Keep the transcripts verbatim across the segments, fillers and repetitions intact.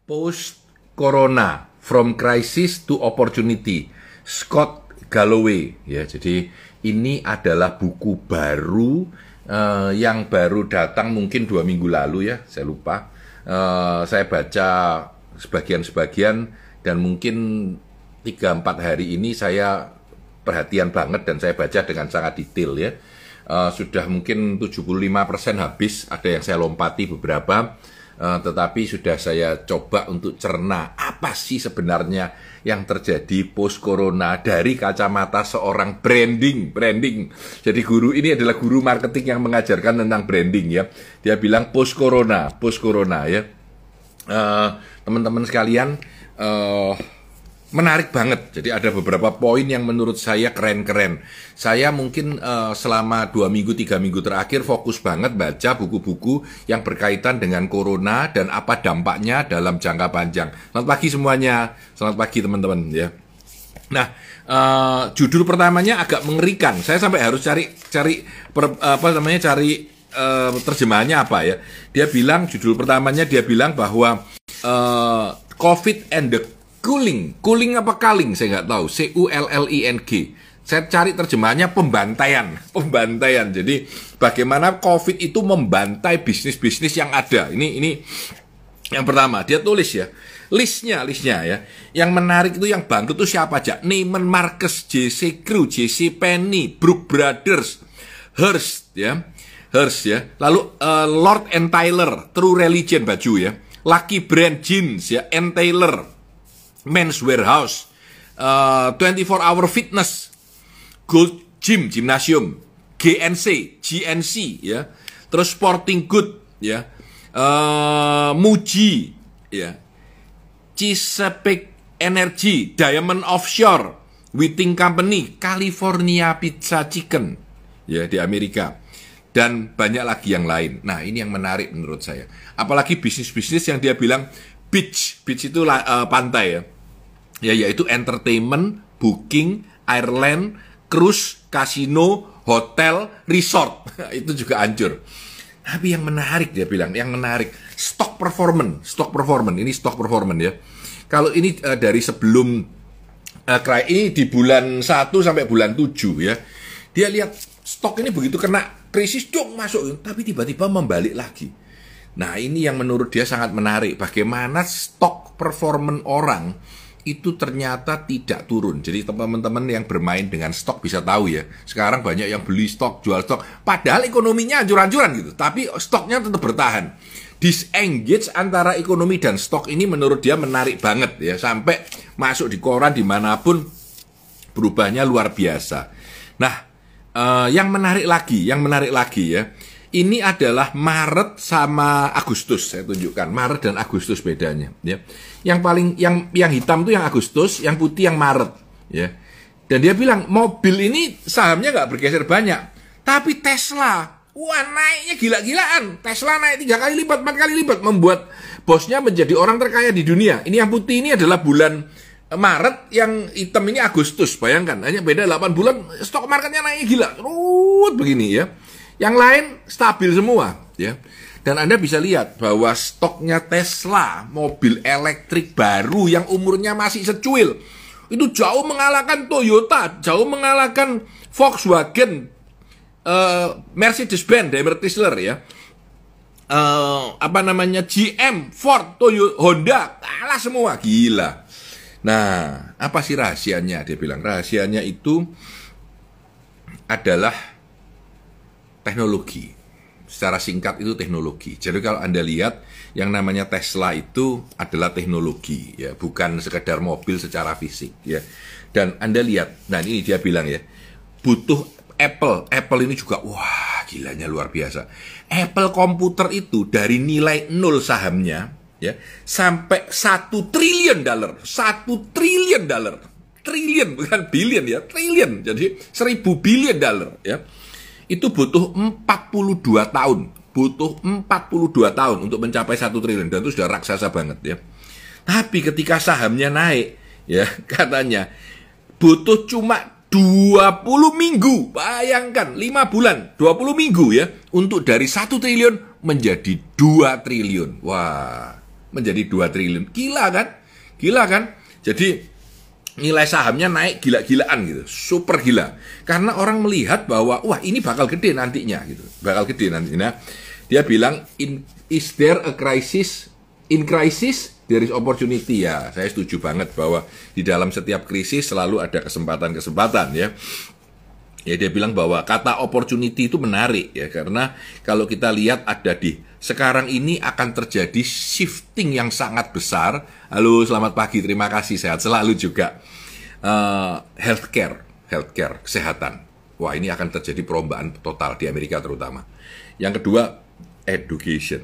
Post Corona, From Crisis to Opportunity, Scott Galloway. Ya, jadi ini adalah buku baru uh, yang baru datang mungkin dua minggu lalu ya, saya lupa. Uh, saya baca sebagian-sebagian dan mungkin tiga empat hari ini saya perhatian banget dan saya baca dengan sangat detail ya. Uh, sudah mungkin tujuh puluh lima persen habis, ada yang saya lompati beberapa. Uh, tetapi sudah saya coba untuk cerna apa sih sebenarnya yang terjadi post corona dari kacamata seorang branding branding. Jadi guru ini adalah guru marketing yang mengajarkan tentang branding ya. Dia bilang post corona, post corona ya. Uh, teman-teman sekalian, uh, menarik banget. Jadi ada beberapa poin yang menurut saya keren-keren. Saya mungkin uh, selama dua minggu, tiga minggu terakhir fokus banget baca buku-buku yang berkaitan dengan corona dan apa dampaknya dalam jangka panjang. Selamat pagi semuanya. Selamat pagi teman-teman ya. Nah, uh, judul pertamanya agak mengerikan. Saya sampai harus cari cari per, apa namanya cari uh, terjemahannya apa ya. Dia bilang judul pertamanya dia bilang bahwa uh, COVID and the Cooling, cooling apa kaling, saya nggak tahu. C U L L I N G. Saya cari terjemahannya pembantaian, pembantaian. Jadi bagaimana COVID itu membantai bisnis-bisnis yang ada. Ini ini yang pertama. Dia tulis ya, listnya, listnya ya. Yang menarik itu yang bangkrut itu siapa aja? Neiman Marcus, J C Crew, J C Penney, Brooks Brothers, Hearst ya, Hearst ya. Lalu uh, Lord and Taylor, True Religion baju ya. Lucky Brand Jeans ya, Ann Taylor, Men's Warehouse, uh, twenty-four hour Fitness, Gold Gym, Gymnasium, G N C, G N C, ya, terus Sporting Good, ya, uh, Muji, ya, Chesapeake Energy, Diamond Offshore, Whiting Company, California Pizza Chicken, ya, di Amerika, dan banyak lagi yang lain. Nah, ini yang menarik menurut saya. Apalagi bisnis-bisnis yang dia bilang beach, beach itu uh, pantai ya. Ya, yaitu entertainment, booking, airline, cruise, kasino, hotel, resort. Itu juga hancur. Tapi yang menarik dia bilang, yang menarik, stock performance, stock performance, ini stock performance ya. Kalau ini uh, dari sebelum, uh, ini di bulan satu sampai bulan tujuh ya, dia lihat stok ini begitu kena krisis, dong masuk, tapi tiba-tiba membalik lagi. Nah, ini yang menurut dia sangat menarik, bagaimana stok performance orang itu ternyata tidak turun. Jadi teman-teman yang bermain dengan stok bisa tahu ya. Sekarang banyak yang beli stok, jual stok. Padahal ekonominya hancur-hancuran gitu. Tapi stoknya tetap bertahan. Disengage antara ekonomi dan stok ini menurut dia menarik banget ya. Sampai masuk di koran dimanapun berubahnya luar biasa. Nah, eh, yang menarik lagi, yang menarik lagi ya. Ini adalah Maret sama Agustus, saya tunjukkan. Maret dan Agustus bedanya ya. Yang paling yang yang hitam itu yang Agustus, yang putih yang Maret ya. Dan dia bilang mobil ini sahamnya nggak bergeser banyak, tapi Tesla, wah naiknya gila-gilaan. Tesla naik tiga kali lipat, empat kali lipat, membuat bosnya menjadi orang terkaya di dunia. Ini yang putih ini adalah bulan Maret, yang hitam ini Agustus. Bayangkan, hanya beda delapan bulan, stok marketnya naik gila, terus begini ya. Yang lain stabil semua ya. Dan Anda bisa lihat bahwa stoknya Tesla, mobil elektrik baru yang umurnya masih secuil, itu jauh mengalahkan Toyota, jauh mengalahkan Volkswagen, uh, Mercedes-Benz, Daimler Chrysler ya, uh, apa namanya G M, Ford, Toyota, Honda, kalah semua, gila. Nah, apa sih rahasianya? Dia bilang rahasianya itu adalah teknologi. Secara singkat itu teknologi. Jadi kalau Anda lihat yang namanya Tesla itu adalah teknologi ya, bukan sekedar mobil secara fisik ya. Dan Anda lihat, nah ini dia bilang ya, butuh Apple. Apple ini juga wah, gilanya luar biasa. Apple komputer itu dari nilai nol sahamnya ya sampai satu triliun dolar. satu triliun dolar. Triliun bukan billion ya, triliun. Jadi seribu billion dolar ya. Itu butuh empat puluh dua tahun. Butuh empat puluh dua tahun untuk mencapai satu triliun. Dan itu sudah raksasa banget ya. Tapi ketika sahamnya naik, ya katanya, butuh cuma dua puluh minggu. Bayangkan, lima bulan, dua puluh minggu ya. Untuk dari satu triliun menjadi dua triliun. Wah, menjadi dua triliun. Gila kan? Gila kan? Jadi nilai sahamnya naik gila-gilaan gitu, super gila. Karena orang melihat bahwa wah ini bakal gede nantinya gitu, bakal gede nantinya. Dia bilang, in, is there a crisis? In crisis there is opportunity. Ya, saya setuju banget bahwa di dalam setiap krisis selalu ada kesempatan-kesempatan ya. Ya, dia bilang bahwa kata opportunity itu menarik ya, karena kalau kita lihat ada di sekarang ini akan terjadi shifting yang sangat besar. Halo, selamat pagi, terima kasih, sehat selalu juga. Uh, healthcare, healthcare, kesehatan. Wah, ini akan terjadi perubahan total di Amerika terutama. Yang kedua, education.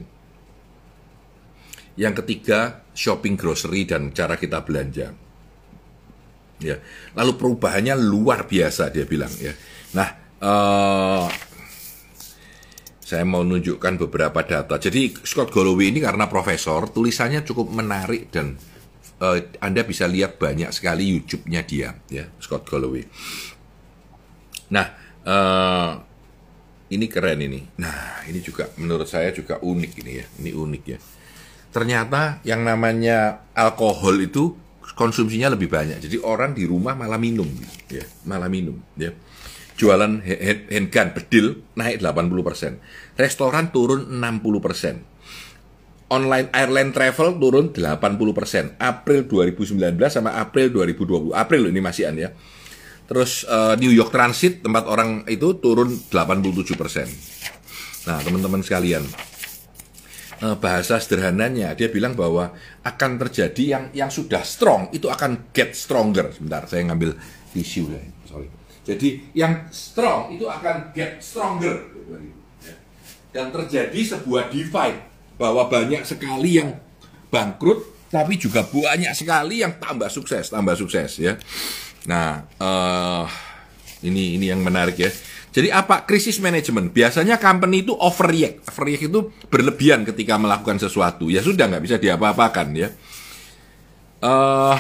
Yang ketiga, shopping grocery dan cara kita belanja. Ya, lalu perubahannya luar biasa dia bilang ya. Nah, uh, saya mau menunjukkan beberapa data. Jadi Scott Galloway ini karena profesor, tulisannya cukup menarik dan uh, Anda bisa lihat banyak sekali YouTube-nya dia, ya, Scott Galloway. Nah, uh, ini keren ini. Nah, ini juga menurut saya juga unik ini ya. Ini unik ya. Ternyata yang namanya alkohol itu konsumsinya lebih banyak. Jadi orang di rumah malah minum, ya, malah minum, ya. Jualan handgun bedil naik delapan puluh persen. Restoran turun enam puluh persen. Online airline travel turun delapan puluh persen. April dua ribu sembilan belas sama April dua ribu dua puluh. April ini masih ya. Terus uh, New York Transit tempat orang itu turun delapan puluh tujuh persen. Nah, teman-teman sekalian, bahasa sederhananya dia bilang bahwa akan terjadi yang yang sudah strong itu akan get stronger. Sebentar, saya ngambil tisu ya. Sorry. Jadi yang strong itu akan get stronger. Dan terjadi sebuah divide bahwa banyak sekali yang bangkrut, tapi juga banyak sekali yang tambah sukses, tambah sukses ya. Nah, uh, ini ini yang menarik ya. Jadi apa? Krisis manajemen. Biasanya company itu overreact. Overreact itu berlebihan ketika melakukan sesuatu. Ya sudah, nggak bisa diapa-apakan ya. Uh,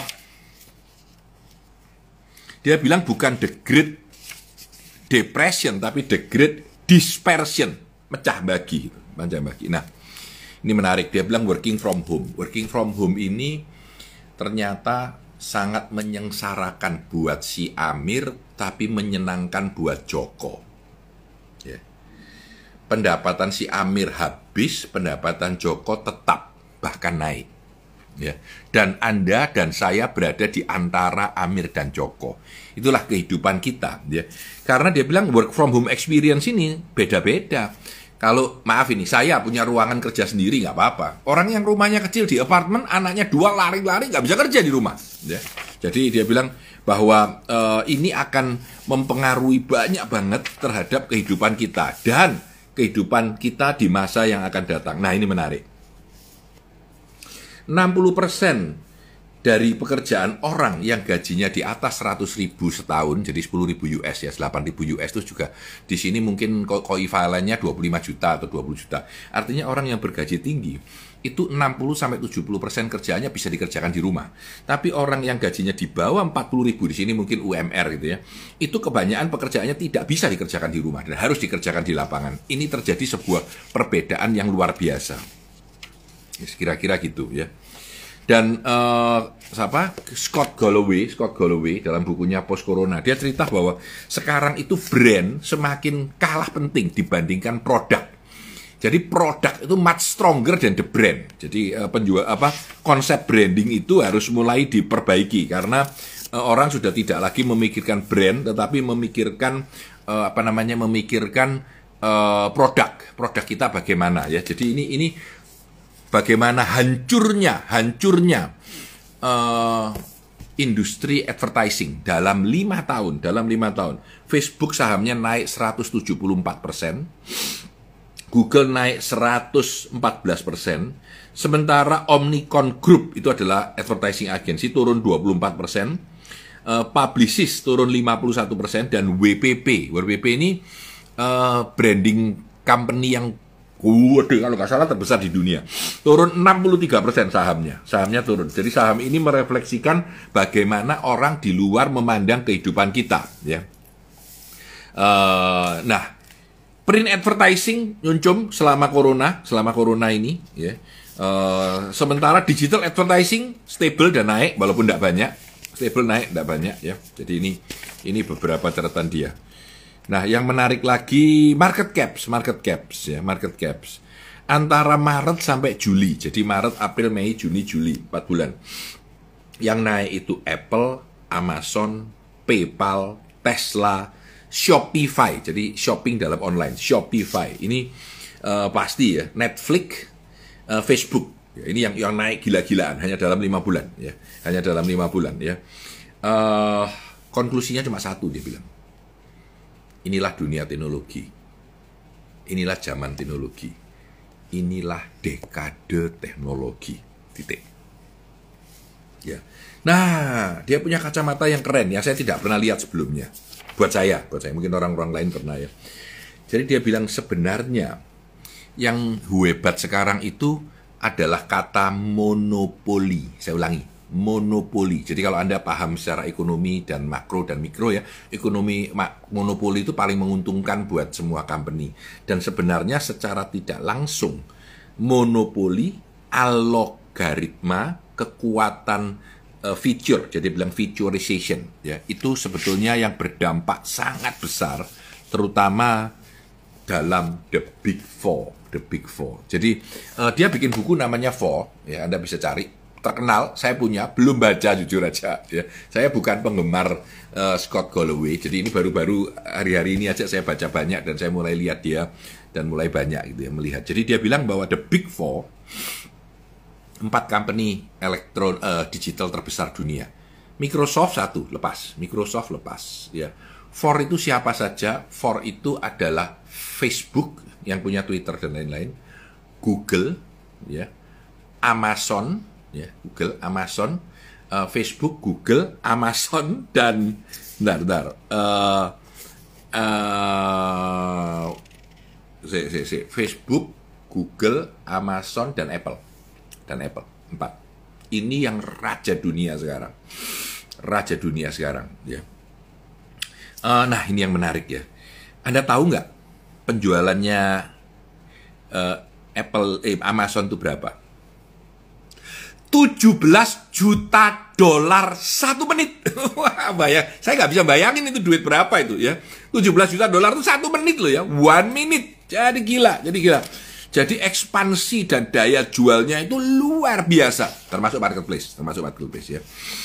dia bilang bukan the Great Depression, tapi the Great Dispersion. Mecah bagi. Mecah bagi. Nah, ini menarik. Dia bilang working from home. Working from home ini ternyata sangat menyengsarakan buat si Amir, tapi menyenangkan buat Joko. Ya. Pendapatan si Amir habis, pendapatan Joko tetap, bahkan naik. Ya. Dan Anda dan saya berada di antara Amir dan Joko. Itulah kehidupan kita. Ya. Karena dia bilang work from home experience ini beda-beda. Kalau, maaf ini, saya punya ruangan kerja sendiri, nggak apa-apa. Orang yang rumahnya kecil di apartemen, anaknya dua lari-lari, nggak bisa kerja di rumah. Ya. Jadi dia bilang bahwa uh, ini akan mempengaruhi banyak banget terhadap kehidupan kita. Dan kehidupan kita di masa yang akan datang. Nah, ini menarik. enam puluh persen dari pekerjaan orang yang gajinya di atas seratus ribu setahun, jadi sepuluh ribu U S ya, delapan ribu U S itu juga di sini mungkin koefivalennya dua puluh lima juta atau dua puluh juta. Artinya orang yang bergaji tinggi itu enam puluh sampai tujuh puluh persen kerjaannya bisa dikerjakan di rumah. Tapi orang yang gajinya di bawah empat puluh ribu, di sini mungkin U M R gitu ya, itu kebanyakan pekerjaannya tidak bisa dikerjakan di rumah dan harus dikerjakan di lapangan. Ini terjadi sebuah perbedaan yang luar biasa. Kira-kira gitu ya. Dan uh, siapa? Scott Galloway, Scott Galloway dalam bukunya Post Corona, dia cerita bahwa sekarang itu brand semakin kalah penting dibandingkan produk. Jadi produk itu much stronger than the brand. Jadi uh, penjual apa konsep branding itu harus mulai diperbaiki karena uh, orang sudah tidak lagi memikirkan brand, tetapi memikirkan uh, apa namanya memikirkan uh, produk, produk kita bagaimana ya. Jadi ini ini bagaimana hancurnya, hancurnya uh, industri advertising dalam lima tahun, dalam lima tahun. Facebook sahamnya naik seratus tujuh puluh empat persen, Google naik seratus empat belas persen, sementara Omnicom Group itu adalah advertising agency turun dua puluh empat persen, uh, Publicis turun lima puluh satu persen, dan W P P, W P P ini uh, branding company yang waduh, kalau nggak salah terbesar di dunia, turun enam puluh tiga persen sahamnya, sahamnya turun. Jadi saham ini merefleksikan bagaimana orang di luar memandang kehidupan kita, ya. Uh, nah, print advertising nyuncum selama corona, selama corona ini, ya. Uh, sementara digital advertising stable dan naik walaupun tidak banyak, stable naik tidak banyak ya. Jadi ini ini beberapa catatan dia. Nah, yang menarik lagi market caps, market caps ya, market caps antara Maret sampai Juli. Jadi Maret, April, Mei, Juni, Juli, empat bulan. Yang naik itu Apple, Amazon, PayPal, Tesla, Shopify. Jadi shopping dalam online, Shopify. Ini uh, pasti ya, Netflix, Uh, Facebook, ya, ini yang yang naik gila-gilaan hanya dalam lima bulan, ya, hanya dalam lima bulan, ya. Uh, konklusinya cuma satu, dia bilang, inilah dunia teknologi, inilah zaman teknologi, inilah dekade teknologi, titik. Ya, nah dia punya kacamata yang keren, ya saya tidak pernah lihat sebelumnya. Buat saya, buat saya mungkin orang-orang lain pernah ya. Jadi dia bilang sebenarnya yang hebat sekarang itu adalah kata monopoli. Saya ulangi, monopoli. Jadi kalau Anda paham secara ekonomi dan makro dan mikro ya, ekonomi monopoli itu paling menguntungkan buat semua company. Dan sebenarnya secara tidak langsung, monopoli algoritma kekuatan uh, feature, jadi bilang featureization ya, itu sebetulnya yang berdampak sangat besar, terutama dalam the big four, the big four. Jadi uh, dia bikin buku namanya Four, ya Anda bisa cari, terkenal. Saya punya, belum baca jujur aja. Ya, saya bukan penggemar uh, Scott Galloway. Jadi ini baru-baru hari-hari ini aja saya baca banyak dan saya mulai lihat dia dan mulai banyak gitu ya melihat. Jadi dia bilang bahwa the big four, empat company elektron uh, digital terbesar dunia. Microsoft satu lepas, Microsoft lepas. Ya, Four itu siapa saja? Four itu adalah Facebook yang punya Twitter dan lain-lain, Google, ya, Amazon, ya, Google, Amazon, uh, Facebook, Google, Amazon dan, bentar, bentar, uh, uh, si, si, si, Facebook, Google, Amazon dan Apple, dan Apple, empat. Ini yang raja dunia sekarang, raja dunia sekarang, ya. Uh, nah ini yang menarik ya. Anda tahu nggak penjualannya uh, Apple, eh, Amazon itu berapa? tujuh belas juta dolar satu menit. Wah, bayang. Saya nggak bisa bayangin itu duit berapa itu ya. tujuh belas juta dolar itu satu menit loh ya. One minute. Jadi gila, jadi gila. Jadi ekspansi dan daya jualnya itu luar biasa. Termasuk marketplace, termasuk marketplace ya.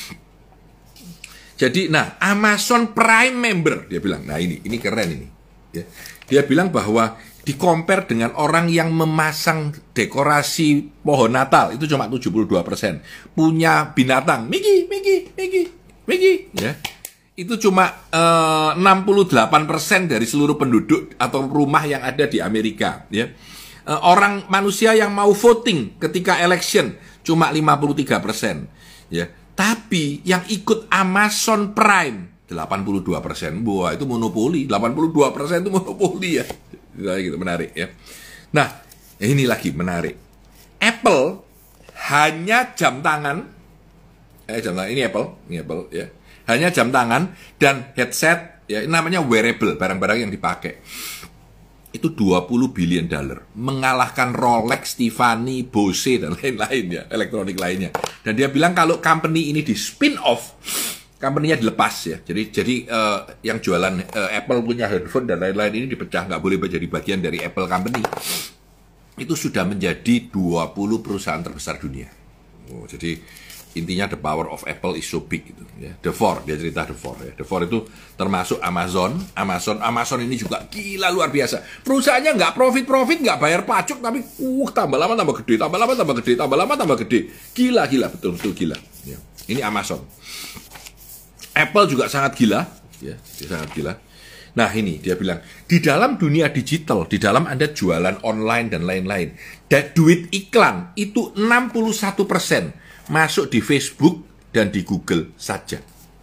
Jadi, nah, Amazon Prime Member, dia bilang, nah ini, ini keren ini. Ya. Dia bilang bahwa di-compare dengan orang yang memasang dekorasi pohon Natal, itu cuma tujuh puluh dua persen. Punya binatang, Mickey, Mickey, Mickey, Mickey, ya. Itu cuma uh, enam puluh delapan persen dari seluruh penduduk atau rumah yang ada di Amerika. Ya. Uh, orang manusia yang mau voting ketika election, cuma lima puluh tiga persen. Ya. Tapi yang ikut Amazon Prime delapan puluh dua persen. Wah, itu monopoli. delapan puluh dua persen itu monopoli ya. Gitu, menarik ya. Nah, ini lagi menarik. Apple hanya jam tangan. Eh, jam tangan. Ini Apple, ini Apple ya. Hanya jam tangan dan headset ya, namanya wearable, barang-barang yang dipakai. Itu dua puluh billion dollar, mengalahkan Rolex, Tiffany, Bose dan lain-lain ya, elektronik lainnya. Dan dia bilang kalau company ini di spin off, company-nya dilepas ya. Jadi jadi uh, yang jualan uh, Apple punya handphone dan lain-lain ini dipecah, nggak boleh menjadi bagian dari Apple company. Itu sudah menjadi dua puluh perusahaan terbesar dunia. Oh, jadi intinya the power of Apple is so big gitu ya. The Four, dia cerita The Four ya. The Four itu termasuk Amazon, Amazon, Amazon ini juga gila luar biasa. Perusahaannya nggak profit-profit, nggak bayar pajak, tapi uh tambah lama tambah gede, tambah lama tambah gede, tambah lama tambah gede. Gila gila betul-betul gila. Ya. Ini Amazon. Apple juga sangat gila, ya, dia sangat gila. Nah ini dia bilang di dalam dunia digital, di dalam Anda jualan online dan lain-lain, dan duit iklan itu enam puluh satu persen masuk di Facebook dan di Google saja.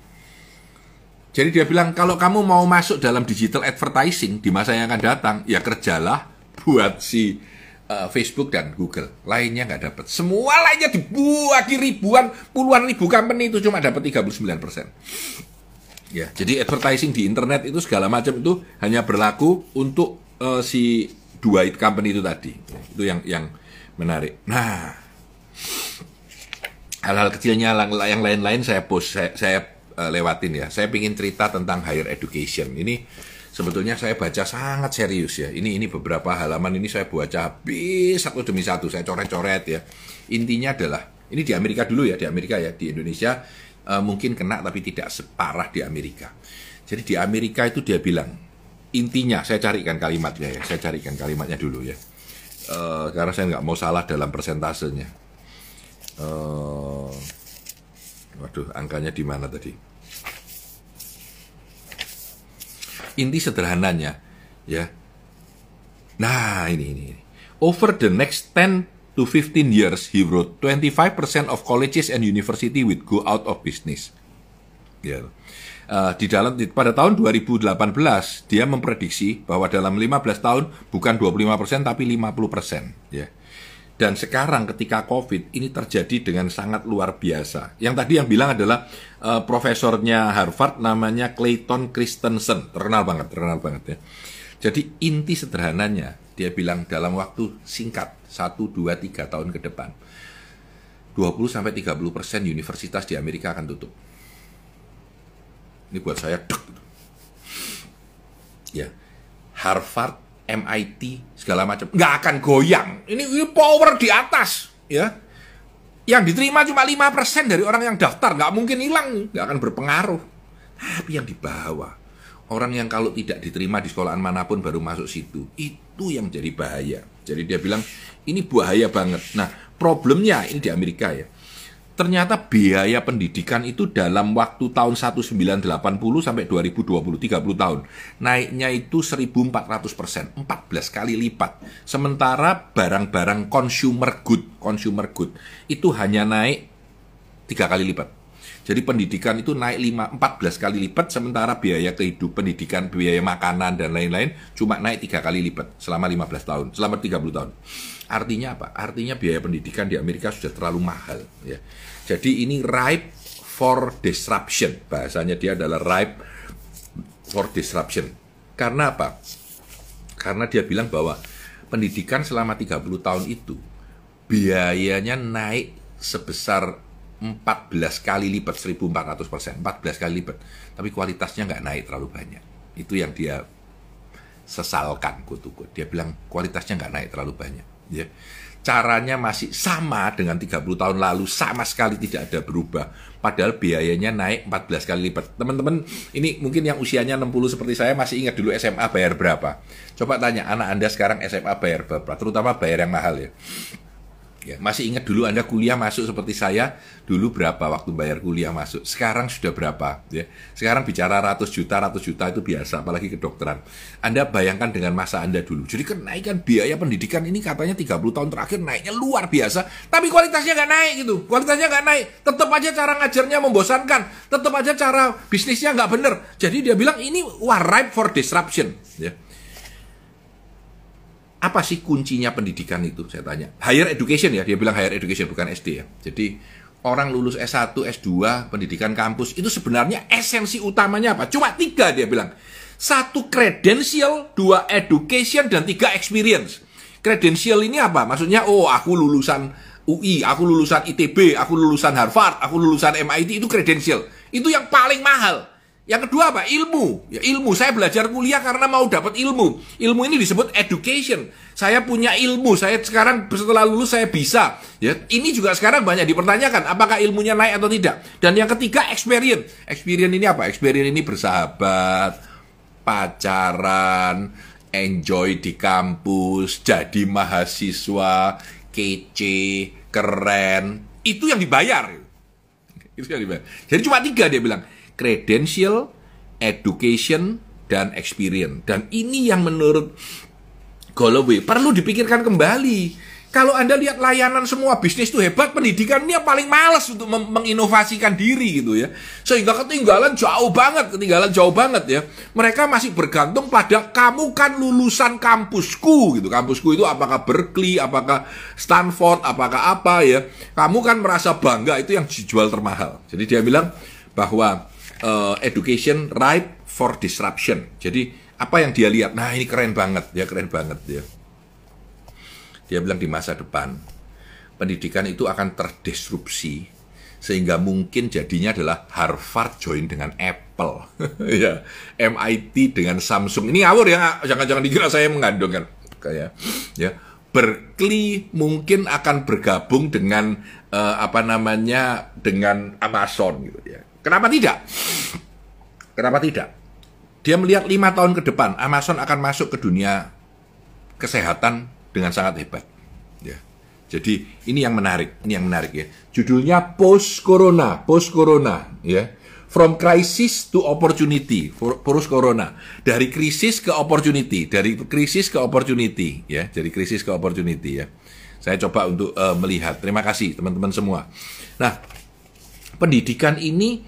Jadi dia bilang kalau kamu mau masuk dalam digital advertising di masa yang akan datang, ya kerjalah buat si uh, Facebook dan Google. Lainnya nggak dapat. Semua lainnya dibagi ribuan, puluhan ribu company itu cuma dapat tiga puluh sembilan persen. Ya, jadi advertising di internet itu segala macam itu hanya berlaku untuk uh, si dua company itu tadi. Itu yang yang menarik. Nah, hal-hal kecilnya yang lain-lain saya post, saya, saya uh, lewatin ya. Saya ingin cerita tentang higher education. Ini sebetulnya saya baca sangat serius ya. Ini ini beberapa halaman ini saya baca habis satu demi satu. Saya coret-coret ya. Intinya adalah, ini di Amerika dulu ya, di Amerika ya. Di Indonesia uh, mungkin kena tapi tidak separah di Amerika. Jadi di Amerika itu dia bilang, intinya, saya carikan kalimatnya ya. Saya carikan kalimatnya dulu ya. Uh, karena saya nggak mau salah dalam persentasenya. Uh, waduh, angkanya di mana tadi? Inti sederhananya, ya. Nah, ini, ini, ini. Over the next ten to fifteen years, he wrote, twenty-five percent of colleges and university would go out of business. Ya. Uh, di dalam di, pada tahun dua ribu delapan belas, dia memprediksi bahwa dalam lima belas tahun bukan dua puluh lima persen tapi lima puluh persen, ya. Dan sekarang ketika COVID ini terjadi dengan sangat luar biasa. Yang tadi yang bilang adalah uh, profesornya Harvard namanya Clayton Christensen. Terkenal banget, terkenal banget ya. Jadi inti sederhananya, dia bilang dalam waktu singkat, satu, dua, tiga tahun ke depan, dua puluh sampai tiga puluh persen universitas di Amerika akan tutup. Ini buat saya, dek. Ya, Harvard, M I T, segala macam, nggak akan goyang. Ini, ini power di atas, ya. Yang diterima cuma lima persen dari orang yang daftar, nggak mungkin hilang, nggak akan berpengaruh. Tapi yang di bawah, orang yang kalau tidak diterima di sekolahan manapun baru masuk situ, itu yang jadi bahaya. Jadi dia bilang, ini bahaya banget. Nah, problemnya ini di Amerika ya. Ternyata biaya pendidikan itu dalam waktu tahun seribu sembilan ratus delapan puluh sampai dua ribu dua puluh, tiga puluh tahun, naiknya itu seribu empat ratus persen, empat belas kali lipat. Sementara barang-barang consumer good, consumer good itu hanya naik tiga kali lipat. Jadi pendidikan itu naik lima, empat belas kali lipat, sementara biaya kehidupan, pendidikan, biaya makanan, dan lain-lain cuma naik tiga kali lipat selama lima belas tahun, selama tiga puluh tahun. Artinya apa? Artinya biaya pendidikan di Amerika sudah terlalu mahal. Ya. Jadi ini ripe for disruption. Bahasanya dia adalah ripe for disruption. Karena apa? Karena dia bilang bahwa pendidikan selama tiga puluh tahun itu biayanya naik sebesar empat belas kali lipat, seribu empat ratus persen, empat belas kali lipat. Tapi kualitasnya nggak naik terlalu banyak. Itu yang dia sesalkan, kut-kut. Dia bilang kualitasnya nggak naik terlalu banyak. Ya. Caranya masih sama dengan tiga puluh tahun lalu, sama sekali tidak ada berubah. Padahal biayanya naik empat belas kali lipat. Teman-teman, ini mungkin yang usianya enam puluh seperti saya masih ingat dulu S M A bayar berapa. Coba tanya anak Anda sekarang S M A bayar berapa, terutama bayar yang mahal ya. Ya, masih ingat dulu Anda kuliah masuk seperti saya, dulu berapa waktu bayar kuliah masuk, sekarang sudah berapa ya. Sekarang bicara ratus juta, ratus juta itu biasa, apalagi kedokteran. Anda bayangkan dengan masa Anda dulu. Jadi kenaikan biaya pendidikan ini katanya tiga puluh tahun terakhir naiknya luar biasa, tapi kualitasnya nggak naik gitu. Kualitasnya nggak naik, tetap aja cara ngajarnya membosankan, tetap aja cara bisnisnya nggak bener. Jadi dia bilang ini wah ripe for disruption ya. Apa sih kuncinya pendidikan itu? Saya tanya. Higher education ya, dia bilang higher education, bukan S D ya. Jadi orang lulus S satu, S dua, pendidikan kampus, itu sebenarnya esensi utamanya apa? Cuma tiga dia bilang. Satu credential, dua education, dan tiga experience. Credential ini apa? Maksudnya, oh aku lulusan U I, aku lulusan I T B, aku lulusan Harvard, aku lulusan M I T, itu credential. Itu yang paling mahal. Yang kedua apa? Ilmu. Ya, ilmu. Saya belajar kuliah karena mau dapat ilmu. Ilmu ini disebut education. Saya punya ilmu. Saya sekarang setelah lulus saya bisa. Ya, ini juga sekarang banyak dipertanyakan. Apakah ilmunya naik atau tidak? Dan yang ketiga experience. Experience ini apa? Experience ini bersahabat, pacaran, enjoy di kampus, jadi mahasiswa, kece, keren. Itu yang dibayar. Itu yang dibayar. Jadi cuma tiga dia bilang. Credential, education, dan experience. Dan ini yang menurut Galloway perlu dipikirkan kembali. Kalau Anda lihat layanan semua bisnis itu hebat, pendidikan ini yang paling malas untuk menginovasikan diri gitu ya. Sehingga ketinggalan jauh banget, ketinggalan jauh banget ya. Mereka masih bergantung pada kamu kan lulusan kampusku gitu. Kampusku itu apakah Berkeley, apakah Stanford, apakah apa ya. Kamu kan merasa bangga, itu yang dijual termahal. Jadi dia bilang bahwa Uh, education ripe for disruption. Jadi apa yang dia lihat? Nah ini keren banget, ya keren banget ya. Dia bilang di masa depan pendidikan itu akan terdisrupsi sehingga mungkin jadinya adalah Harvard join dengan Apple, ya, M I T dengan Samsung. Ini ngawur ya, jangan-jangan dikira saya mengandung kan, kayak, ya. Berkeley mungkin akan bergabung dengan uh, apa namanya dengan Amazon, gitu ya. Kenapa tidak? Kenapa tidak? Dia melihat lima tahun ke depan Amazon akan masuk ke dunia kesehatan dengan sangat hebat. Ya. Jadi ini yang menarik, ini yang menarik ya. Judulnya Post Corona, Post Corona, ya. From crisis to opportunity, post Corona. Dari krisis ke opportunity, dari krisis ke opportunity, ya. Dari krisis ke opportunity, ya. Saya coba untuk uh, melihat. Terima kasih teman-teman semua. Nah, pendidikan ini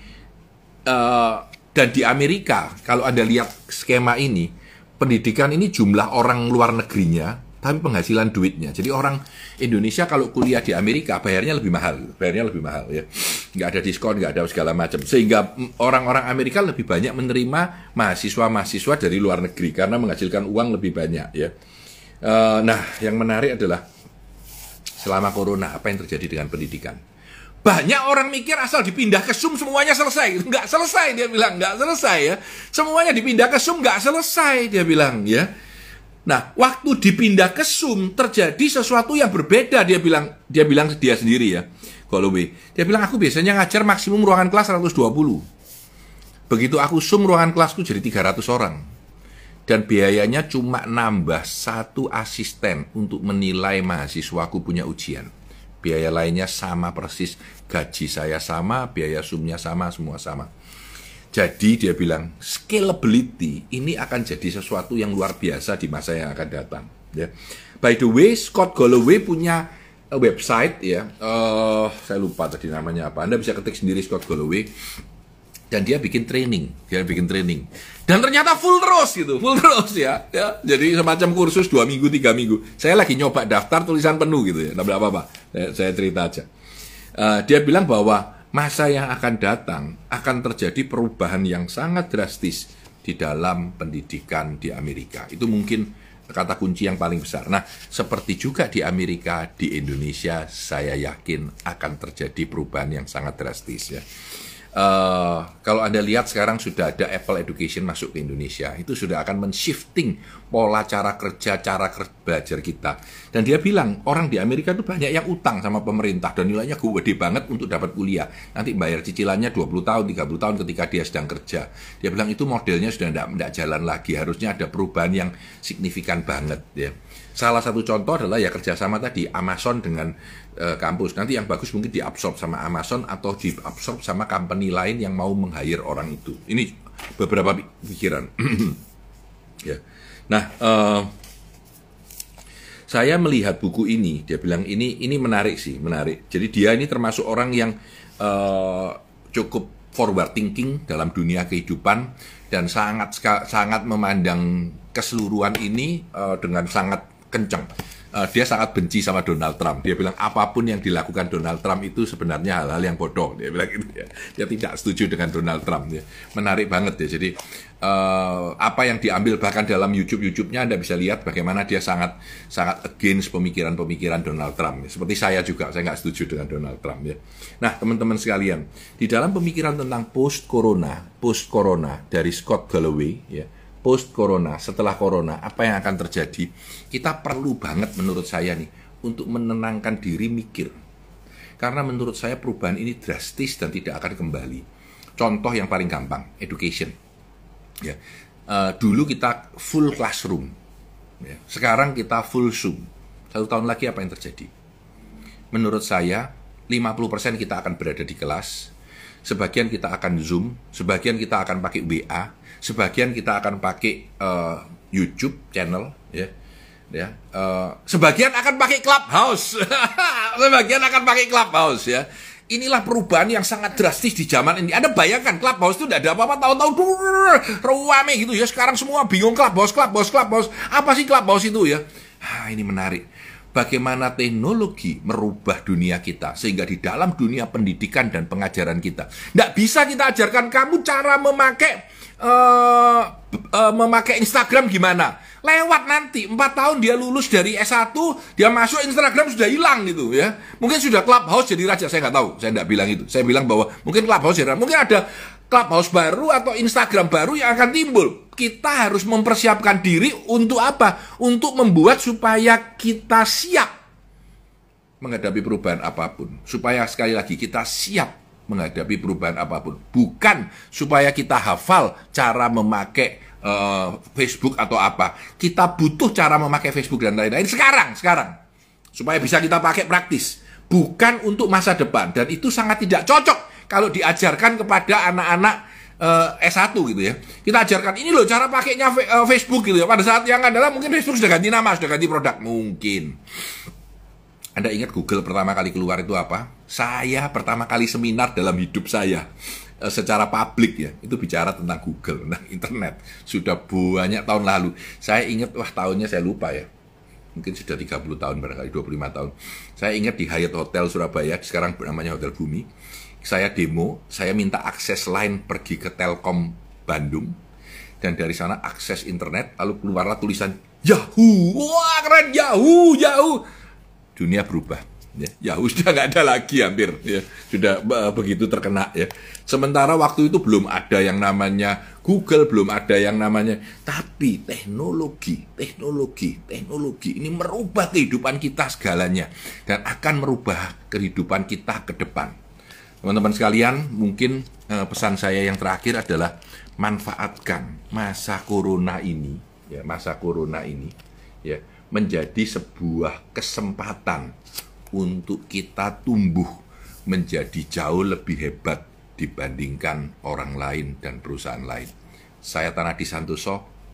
uh, dan di Amerika, kalau Anda lihat skema ini, pendidikan ini jumlah orang luar negerinya, tapi penghasilan duitnya. Jadi orang Indonesia kalau kuliah di Amerika bayarnya lebih mahal, bayarnya lebih mahal ya. Nggak ada diskon, nggak ada segala macam. Sehingga orang-orang Amerika lebih banyak menerima mahasiswa-mahasiswa dari luar negeri karena menghasilkan uang lebih banyak ya. Uh, nah, yang menarik adalah selama corona apa yang terjadi dengan pendidikan? Banyak orang mikir asal dipindah ke Zoom semuanya selesai. Nggak selesai, dia bilang. Nggak selesai ya. Semuanya dipindah ke Zoom nggak selesai, dia bilang ya. Nah, waktu dipindah ke Zoom terjadi sesuatu yang berbeda, dia bilang. Dia bilang dia sendiri ya, Galloway. Dia bilang, aku biasanya ngajar maksimum ruangan kelas seratus dua puluh. Begitu aku Zoom, ruangan kelasku jadi tiga ratus orang. Dan biayanya cuma nambah satu asisten untuk menilai mahasiswaku punya ujian. Biaya lainnya sama persis, gaji saya sama, biaya Zoom-nya sama, semua sama. Jadi dia bilang, scalability ini akan jadi sesuatu yang luar biasa di masa yang akan datang. Ya. By the way, Scott Galloway punya website, ya, uh, saya lupa tadi namanya apa. Anda bisa ketik sendiri Scott Galloway, dan dia bikin training, dia bikin training. Dan ternyata full terus gitu, full terus ya. ya. Jadi semacam kursus dua minggu, tiga minggu. Saya lagi nyoba daftar tulisan penuh gitu ya, nggak apa-apa. Saya, saya cerita aja. Uh, dia bilang bahwa masa yang akan datang akan terjadi perubahan yang sangat drastis di dalam pendidikan di Amerika. Itu mungkin kata kunci yang paling besar. Nah, seperti juga di Amerika, di Indonesia, saya yakin akan terjadi perubahan yang sangat drastis ya. Uh, kalau Anda lihat sekarang sudah ada Apple Education masuk ke Indonesia, itu sudah akan men-shifting pola cara kerja, cara kerja belajar kita. Dan dia bilang, orang di Amerika itu banyak yang utang sama pemerintah dan nilainya gede banget untuk dapat kuliah. Nanti bayar cicilannya dua puluh tahun, tiga puluh tahun ketika dia sedang kerja. Dia bilang itu modelnya sudah tidak jalan lagi, harusnya ada perubahan yang signifikan banget ya. Salah satu contoh adalah ya kerjasama tadi Amazon dengan uh, kampus. Nanti yang bagus mungkin diabsorb sama Amazon atau diabsorb sama company lain yang mau meng-hire orang itu. Ini beberapa pikiran. ya. Nah, uh, saya melihat buku ini, dia bilang ini ini menarik sih, menarik. Jadi dia ini termasuk orang yang uh, cukup forward thinking dalam dunia kehidupan dan sangat sangat memandang keseluruhan ini uh, dengan sangat kencang. Uh, dia sangat benci sama Donald Trump. Dia bilang apapun yang dilakukan Donald Trump itu sebenarnya hal-hal yang bodoh. Dia bilang gitu ya. Dia tidak setuju dengan Donald Trump. Ya. Menarik banget ya. Jadi uh, apa yang diambil bahkan dalam YouTube-YouTube-nya Anda bisa lihat bagaimana dia sangat sangat against pemikiran-pemikiran Donald Trump. Ya. Seperti saya juga, saya nggak setuju dengan Donald Trump. Ya. Nah, teman-teman sekalian, di dalam pemikiran tentang post-corona, post-corona dari Scott Galloway, ya. Post-corona, setelah corona, apa yang akan terjadi? Kita perlu banget menurut saya nih, untuk menenangkan diri mikir. Karena menurut saya perubahan ini drastis dan tidak akan kembali. Contoh yang paling gampang, education. Ya. Uh, dulu kita full classroom. Ya. Sekarang kita full Zoom. Satu tahun lagi apa yang terjadi? Menurut saya, lima puluh persen kita akan berada di kelas, sebagian kita akan Zoom, sebagian kita akan pakai W A, sebagian kita akan pakai uh, YouTube channel, ya, ya. Uh, sebagian akan pakai Clubhouse, sebagian akan pakai Clubhouse, ya. Inilah perubahan yang sangat drastis di zaman ini. Anda bayangkan Clubhouse itu tidak ada apa-apa tahun-tahun rame gitu ya. Sekarang semua bingung Clubhouse, Clubhouse, Clubhouse. Apa sih Clubhouse itu ya? Ah, ini menarik. bagaimana teknologi merubah dunia kita, sehingga di dalam dunia pendidikan dan pengajaran kita, tidak bisa kita ajarkan kamu cara memakai uh, uh, memakai Instagram gimana. Lewat nanti, empat tahun dia lulus dari S satu, dia masuk Instagram sudah hilang gitu ya. Mungkin sudah Clubhouse jadi raja, saya nggak tahu, saya nggak bilang itu. Saya bilang bahwa mungkin Clubhouse jadi raja. Mungkin ada Clubhouse baru atau Instagram baru yang akan timbul. Kita harus mempersiapkan diri untuk apa? Untuk membuat supaya kita siap menghadapi perubahan apapun. Supaya sekali lagi kita siap menghadapi perubahan apapun. Bukan supaya kita hafal cara memakai uh, Facebook atau apa. Kita butuh cara memakai Facebook dan lain-lain sekarang, sekarang. Supaya bisa kita pakai praktis. Bukan untuk masa depan. Dan itu sangat tidak cocok kalau diajarkan kepada anak-anak uh, S satu gitu ya. Kita ajarkan, ini loh cara pakainya uh, Facebook gitu ya. Pada saat yang adalah mungkin Facebook sudah ganti nama, sudah ganti produk. Mungkin. Anda ingat Google pertama kali keluar itu apa? Saya pertama kali seminar dalam hidup saya uh, secara publik ya. Itu bicara tentang Google, tentang internet. Sudah banyak tahun lalu. Saya ingat, wah tahunnya saya lupa ya. Mungkin sudah tiga puluh tahun barangkali, dua puluh lima tahun. Saya ingat di Hyatt Hotel Surabaya, sekarang namanya Hotel Bumi. Saya demo, saya minta akses line pergi ke Telkom Bandung. Dan dari sana akses internet, lalu keluarlah tulisan Yahoo. Wah keren, Yahoo, Yahoo. Dunia berubah. Ya, Yahoo sudah nggak ada lagi hampir. Ya. Sudah uh, begitu terkena. Ya. Sementara waktu itu belum ada yang namanya Google, belum ada yang namanya. Tapi teknologi, teknologi, teknologi ini merubah kehidupan kita segalanya. Dan akan merubah kehidupan kita ke depan. Teman-teman sekalian, mungkin eh, pesan saya yang terakhir adalah manfaatkan masa corona ini, ya, masa corona ini, ya, menjadi sebuah kesempatan untuk kita tumbuh menjadi jauh lebih hebat dibandingkan orang lain dan perusahaan lain. Saya Tanadi Santoso,